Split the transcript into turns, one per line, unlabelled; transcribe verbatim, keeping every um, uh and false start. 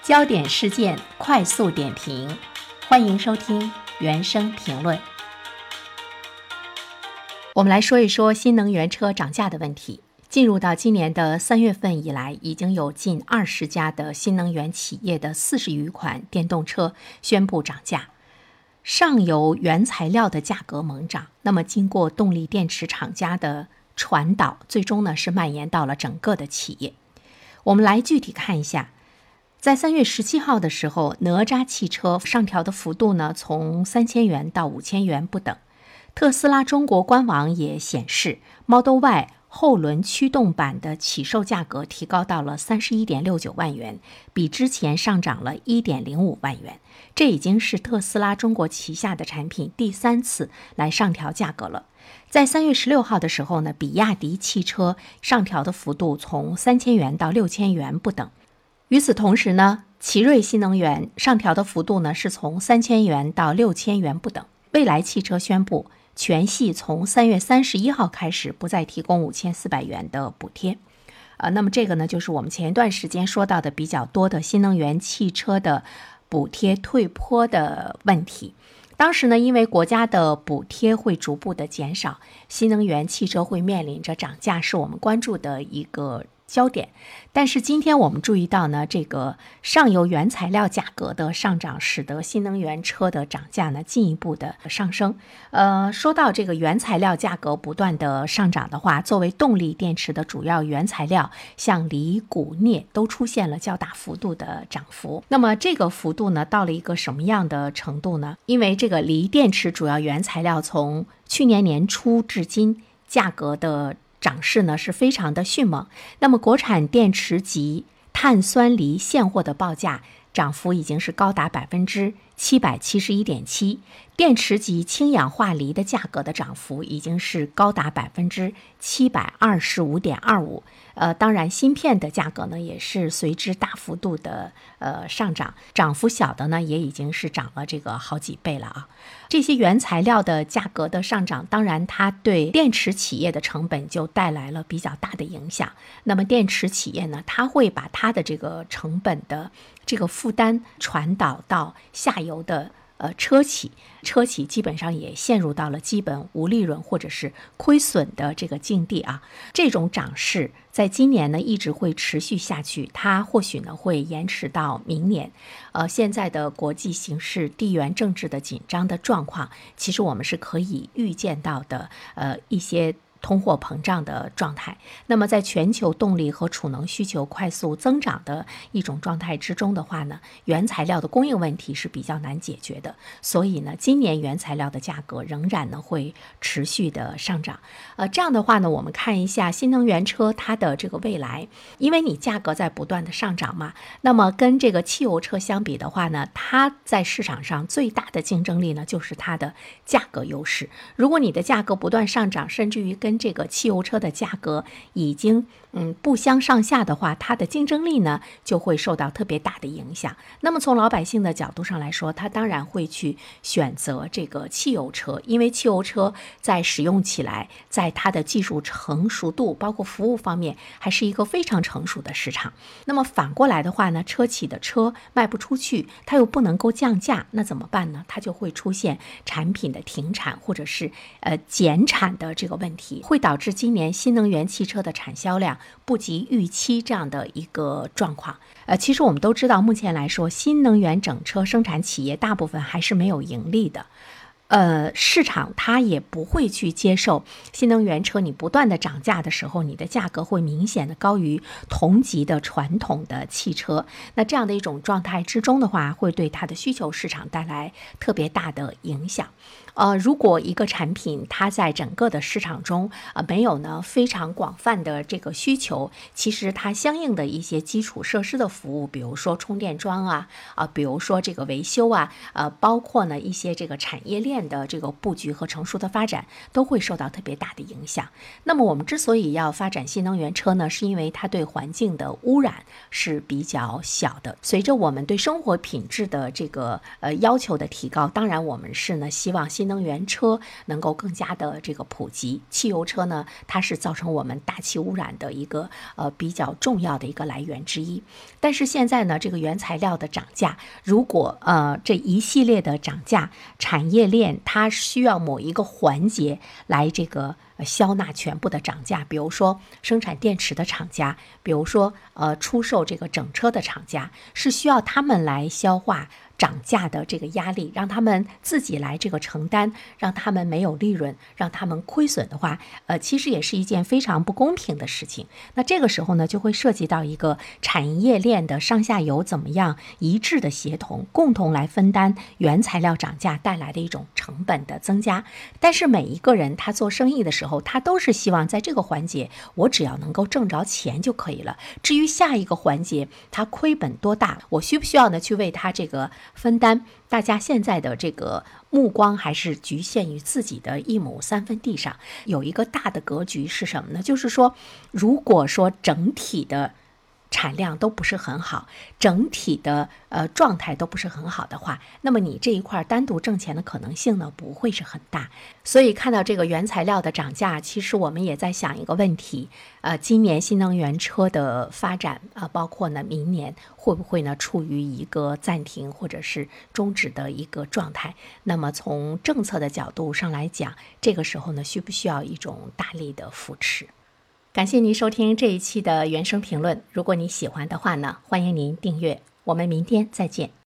焦点事件快速点评，欢迎收听原声评论。我们来说一说新能源车涨价的问题。进入到今年的三月份以来，已经有近二十家的新能源企业的四十余款电动车宣布涨价。上游原材料的价格猛涨，那么经过动力电池厂家的传导，最终呢是蔓延到了整个的企业。我们来具体看一下，在三月十七号的时候，哪吒汽车上调的幅度呢，从三千元到五千元不等。特斯拉中国官网也显示 Model Y 后轮驱动版的起售价格提高到了 三十一点六九万元，比之前上涨了 一点零五万元。这已经是特斯拉中国旗下的产品第三次来上调价格了。在三月十六号的时候呢，比亚迪汽车上调的幅度从三千元到六千元不等。与此同时呢，奇瑞新能源上调的幅度呢是从三千元到六千元不等。蔚来汽车宣布，全系从三月三十一号开始不再提供五千四百元的补贴。呃，那么这个呢，就是我们前一段时间说到的比较多的新能源汽车的补贴退坡的问题。当时呢，因为国家的补贴会逐步的减少，新能源汽车会面临着涨价，是我们关注的一个焦点。但是今天我们注意到呢，这个上游原材料价格的上涨，使得新能源车的涨价呢进一步的上升。呃，说到这个原材料价格不断的上涨的话，作为动力电池的主要原材料，像锂、钴、镍都出现了较大幅度的涨幅。那么这个幅度呢，到了一个什么样的程度呢？因为这个锂电池主要原材料从去年年初至今，价格的涨势呢是非常的迅猛。那么国产电池级碳酸锂现货的报价涨幅已经是高达百分之七百七十一点七，电池级氢氧化锂的价格的涨幅已经是高达百分之七百二十五点二五。呃，当然，芯片的价格呢也是随之大幅度的呃上涨，涨幅小的呢也已经是涨了这个好几倍了啊。这些原材料的价格的上涨，当然它对电池企业的成本就带来了比较大的影响。那么电池企业呢，它会把它的这个成本的这个负担传导到下游的呃车企，车企基本上也陷入到了基本无利润或者是亏损的这个境地啊。这种涨势在今年呢一直会持续下去，它或许呢会延迟到明年。呃，现在的国际形势、地缘政治的紧张的状况，其实我们是可以预见到的。呃，一些通货膨胀的状态。那么在全球动力和储能需求快速增长的一种状态之中的话呢，原材料的供应问题是比较难解决的。所以呢，今年原材料的价格仍然呢会持续的上涨。呃，这样的话呢，我们看一下新能源车它的这个未来，因为你价格在不断的上涨嘛，那么跟这个汽油车相比的话呢，它在市场上最大的竞争力呢就是它的价格优势。如果你的价格不断上涨，甚至于跟这个汽油车的价格已经嗯不相上下的话，它的竞争力呢就会受到特别大的影响。那么从老百姓的角度上来说，他当然会去选择这个汽油车，因为汽油车在使用起来，在它的技术成熟度包括服务方面还是一个非常成熟的市场。那么反过来的话呢，车企的车卖不出去，它又不能够降价，那怎么办呢？它就会出现产品的停产或者是呃减产的这个问题，会导致今年新能源汽车的产销量不及预期这样的一个状况。呃，其实我们都知道，目前来说，新能源整车生产企业大部分还是没有盈利的。呃，市场它也不会去接受新能源车你不断的涨价的时候，你的价格会明显的高于同级的传统的汽车。那这样的一种状态之中的话，会对它的需求市场带来特别大的影响。呃，如果一个产品它在整个的市场中呃没有呢非常广泛的这个需求，其实它相应的一些基础设施的服务，比如说充电桩啊，啊、呃，比如说这个维修啊，呃，包括呢一些这个产业链的这个布局和成熟的发展，都会受到特别大的影响。那么我们之所以要发展新能源车呢，是因为它对环境的污染是比较小的。随着我们对生活品质的这个呃要求的提高，当然我们是呢希望新新能源车能够更加的这个普及。汽油车呢，它是造成我们大气污染的一个呃比较重要的一个来源之一。但是现在呢，这个原材料的涨价，如果呃这一系列的涨价，产业链它需要某一个环节来这个消纳全部的涨价，比如说生产电池的厂家，比如说呃出售这个整车的厂家，是需要他们来消化涨价的这个压力，让他们自己来这个承担，让他们没有利润，让他们亏损的话，呃，其实也是一件非常不公平的事情。那这个时候呢，就会涉及到一个产业链的上下游怎么样一致的协同，共同来分担原材料涨价带来的一种成本的增加。但是每一个人他做生意的时候，他都是希望在这个环节，我只要能够挣着钱就可以了。至于下一个环节，他亏本多大，我需不需要呢去为他这个分担？大家现在的这个目光还是局限于自己的一亩三分地上。有一个大的格局是什么呢？就是说，如果说整体的产量都不是很好，整体的呃状态都不是很好的话，那么你这一块单独挣钱的可能性呢不会是很大。所以看到这个原材料的涨价，其实我们也在想一个问题，呃，今年新能源车的发展啊、呃，包括呢明年会不会呢处于一个暂停或者是终止的一个状态？那么从政策的角度上来讲，这个时候呢需不需要一种大力的扶持？感谢您收听这一期的原声评论，如果你喜欢的话呢，欢迎您订阅，我们明天再见。